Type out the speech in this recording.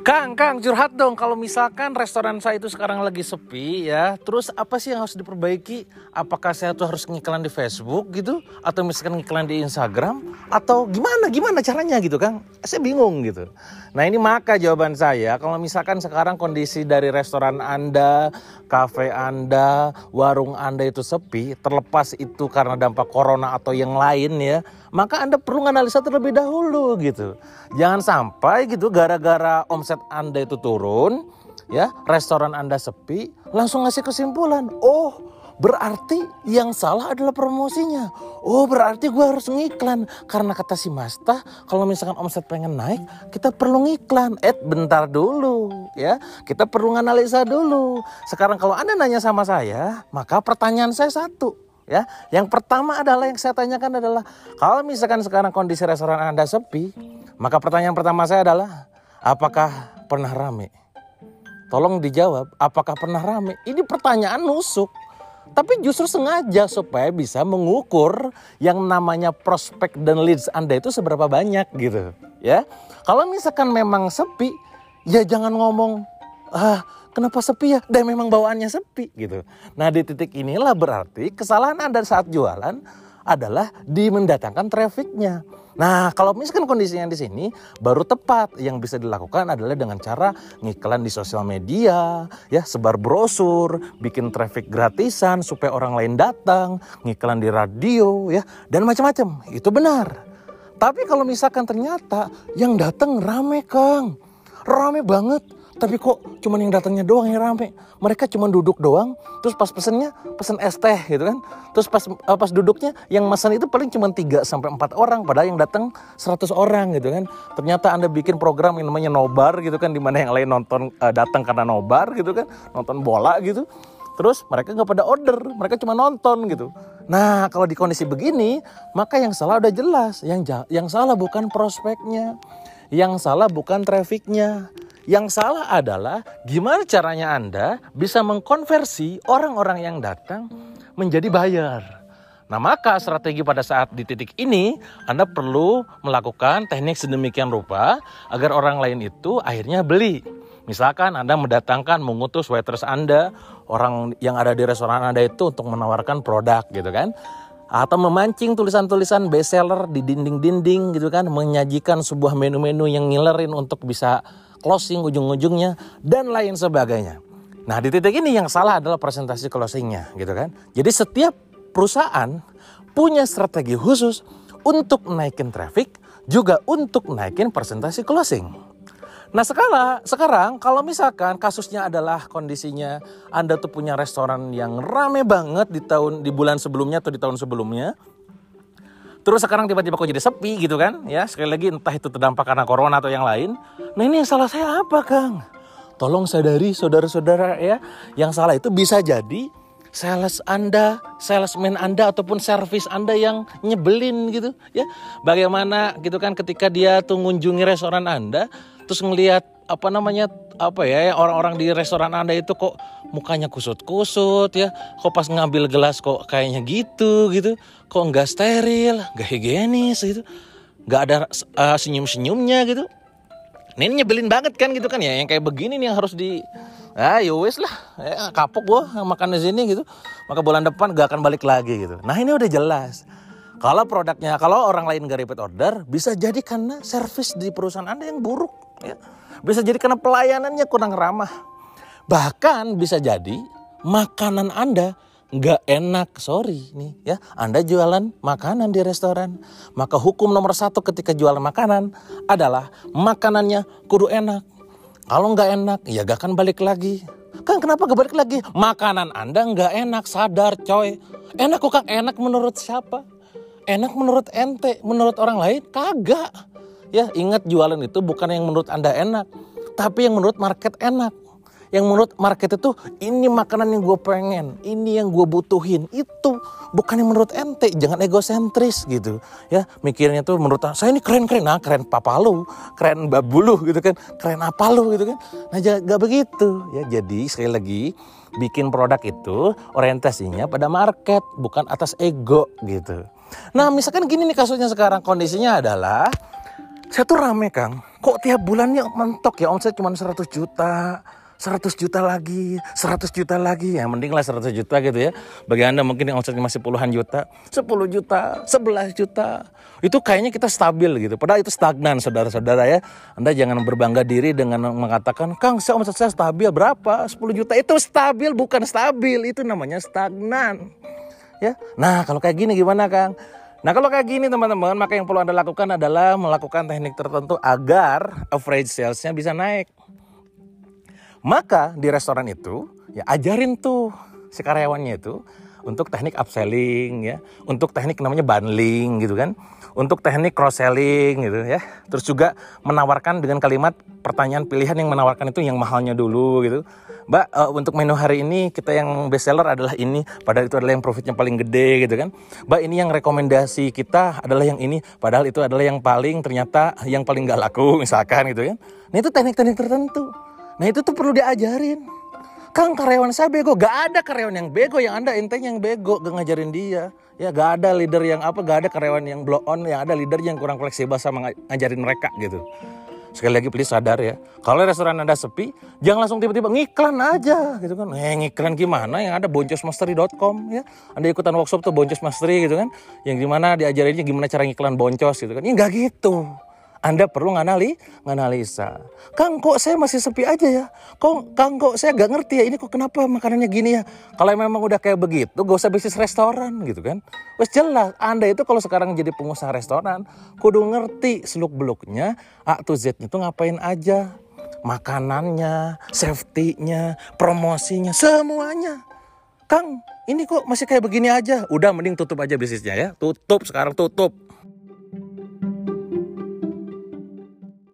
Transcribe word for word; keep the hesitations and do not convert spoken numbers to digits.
Kang, Kang, curhat dong. Kalau misalkan restoran saya itu sekarang lagi sepi ya, terus apa sih yang harus diperbaiki? Apakah saya tuh harus ngiklan di Facebook gitu? Atau misalkan ngiklan di Instagram? Atau gimana, gimana caranya gitu Kang? Saya bingung gitu. Nah ini maka jawaban saya, kalau misalkan sekarang kondisi dari restoran Anda, kafe Anda, warung Anda itu sepi, terlepas itu karena dampak corona atau yang lain ya, maka Anda perlu analisa terlebih dahulu gitu. Jangan sampai gitu gara-gara omset Anda itu turun, ya, restoran Anda sepi, langsung ngasih kesimpulan, oh berarti yang salah adalah promosinya. Oh berarti gue harus ngiklan. Karena kata si Masta, kalau misalkan omset pengen naik, kita perlu ngiklan. Eh bentar dulu ya, kita perlu nganalisa dulu. Sekarang kalau Anda nanya sama saya, maka pertanyaan saya satu. Ya, yang pertama adalah yang saya tanyakan adalah, kalau misalkan sekarang kondisi restoran Anda sepi, maka pertanyaan pertama saya adalah, apakah pernah rame? Tolong dijawab, apakah pernah rame? Ini pertanyaan nusuk. Tapi justru sengaja supaya bisa mengukur yang namanya prospek dan leads Anda itu seberapa banyak gitu. Ya, kalau misalkan memang sepi, ya jangan ngomong, ah kenapa sepi ya? Dan memang bawaannya sepi gitu. Nah di titik inilah berarti kesalahan Anda saat jualan adalah di mendatangkan trafficnya. Nah kalau misalkan kondisinya di sini baru tepat, yang bisa dilakukan adalah dengan cara ngiklan di sosial media, ya sebar brosur, bikin traffic gratisan supaya orang lain datang, ngiklan di radio, ya dan macam-macam. Itu benar. Tapi kalau misalkan ternyata yang datang rame Kang, rame banget. Tapi kok cuman yang datangnya doang yang rame. Mereka cuman duduk doang. Terus pas pesennya pesen es teh gitu kan. Terus pas pas duduknya yang pesan itu paling cuman tiga sampai empat orang. Padahal yang datang seratus orang gitu kan. Ternyata Anda bikin program yang namanya nobar gitu kan. Dimana yang lain nonton uh, datang karena nobar gitu kan. Nonton bola gitu. Terus mereka gak pada order. Mereka cuma nonton gitu. Nah kalau di kondisi begini, maka yang salah udah jelas. Yang, yang salah bukan prospeknya. Yang salah bukan trafficnya. Yang salah adalah gimana caranya Anda bisa mengkonversi orang-orang yang datang menjadi buyer. Nah maka strategi pada saat di titik ini Anda perlu melakukan teknik sedemikian rupa agar orang lain itu akhirnya beli. Misalkan Anda mendatangkan, mengutus waiters Anda, orang yang ada di restoran Anda itu untuk menawarkan produk gitu kan. Atau memancing tulisan-tulisan bestseller di dinding-dinding gitu kan. Menyajikan sebuah menu-menu yang ngilerin untuk bisa closing ujung-ujungnya dan lain sebagainya. Nah di titik ini yang salah adalah presentasi closingnya gitu kan. Jadi setiap perusahaan punya strategi khusus untuk naikin traffic, juga untuk naikin presentasi closing. Nah sekarang, sekarang kalau misalkan kasusnya adalah kondisinya Anda tuh punya restoran yang rame banget di tahun di bulan sebelumnya atau di tahun sebelumnya. Terus sekarang tiba-tiba kok jadi sepi gitu kan. Ya sekali lagi entah itu terdampak karena corona atau yang lain. Nah ini yang salah saya apa Kang? Tolong sadari saudara-saudara ya. Yang salah itu bisa jadi sales Anda, salesman Anda ataupun servis Anda yang nyebelin gitu ya. Bagaimana gitu kan ketika dia tuh ngunjungi restoran Anda. Terus ngelihat apa namanya apa ya orang-orang di restoran Anda itu kok mukanya kusut-kusut ya. Kok pas ngambil gelas kok kayaknya gitu gitu. Kok nggak steril, nggak higienis gitu. Nggak ada uh, senyum-senyumnya gitu. Nah, ini nyebelin banget kan gitu kan ya. Yang kayak begini nih yang harus di ah yowes lah ya, kapok gua makan di sini gitu. Maka bulan depan gak akan balik lagi gitu. Nah ini udah jelas. Kalau produknya, kalau orang lain gak repeat order, bisa jadi karena servis di perusahaan Anda yang buruk. Ya. Bisa jadi karena pelayanannya kurang ramah. Bahkan bisa jadi makanan Anda gak enak. Sorry nih ya, Anda jualan makanan di restoran. Maka hukum nomor satu ketika jualan makanan adalah makanannya kudu enak. Kalau gak enak, ya gak akan balik lagi. Kang kenapa gak balik lagi? Makanan Anda gak enak, sadar coy. Enak kok Kang, enak menurut siapa? Enak menurut ente, menurut orang lain kagak. Ya ingat jualan itu bukan yang menurut Anda enak, tapi yang menurut market enak. Yang menurut market itu ini makanan yang gue pengen, ini yang gue butuhin. Itu bukan yang menurut ente, jangan egosentris gitu. Ya mikirnya tuh menurut saya ini keren-keren, nah keren papa lu, keren babu lu gitu kan, keren apa lu gitu kan. Nah gak begitu ya. Jadi sekali lagi bikin produk itu orientasinya pada market, bukan atas ego gitu. Nah misalkan gini nih kasusnya sekarang, kondisinya adalah Saya tuh rame Kang, kok tiap bulannya mentok ya omset cuma seratus juta, seratus juta lagi, seratus juta lagi. Ya mending lah seratus juta gitu ya. Bagi Anda mungkin yang omsetnya masih puluhan juta, sepuluh juta, sebelas juta. Itu kayaknya kita stabil gitu. Padahal itu stagnan saudara-saudara ya. Anda jangan berbangga diri dengan mengatakan, Kang saya omset saya stabil berapa? sepuluh juta. Itu stabil bukan stabil, itu namanya stagnan. Ya. Nah kalau kayak gini gimana Kang? Nah kalau kayak gini teman-teman, maka yang perlu Anda lakukan adalah melakukan teknik tertentu agar average salesnya bisa naik. Maka di restoran itu ya ajarin tuh si karyawannya itu untuk teknik upselling ya, untuk teknik namanya bundling gitu kan, untuk teknik cross selling gitu ya. Terus juga menawarkan dengan kalimat pertanyaan pilihan yang menawarkan itu yang mahalnya dulu gitu. Mbak, uh, untuk menu hari ini kita yang best seller adalah ini, padahal itu adalah yang profitnya paling gede gitu kan. Mbak, ini yang rekomendasi kita adalah yang ini, padahal itu adalah yang paling ternyata yang paling gak laku misalkan gitu kan. Nah itu teknik-teknik tertentu. Nah itu tuh perlu diajarin. Kang karyawan saya bego, gak ada karyawan yang bego, yang Anda enteng yang bego, gak ngajarin dia. Ya gak ada leader yang apa, gak ada karyawan yang blow on, yang ada leader yang kurang fleksibel sama ngajarin mereka gitu. Sekali lagi please sadar ya, kalau restoran Anda sepi, jangan langsung tiba-tiba ngiklan aja gitu kan. Eh ngiklan gimana, yang ada boncos mastery dot com ya. Anda ikutan workshop tuh boncos mastery gitu kan, yang gimana diajarinnya gimana cara ngiklan boncos gitu kan. Ya enggak gitu. Anda perlu nganali, nganalisa. Kang kok saya masih sepi aja ya? Kok Kang kok saya gak ngerti ya, ini kok kenapa makanannya gini ya? Kalau memang udah kayak begitu, gak usah bisnis restoran gitu kan. Wes jelas, Anda itu kalau sekarang jadi pengusaha restoran, kudu ngerti seluk-beluknya, A to Z-nya tuh ngapain aja. Makanannya, safety-nya, promosinya, semuanya. Kang, ini kok masih kayak begini aja? Udah mending tutup aja bisnisnya ya. Tutup sekarang, tutup.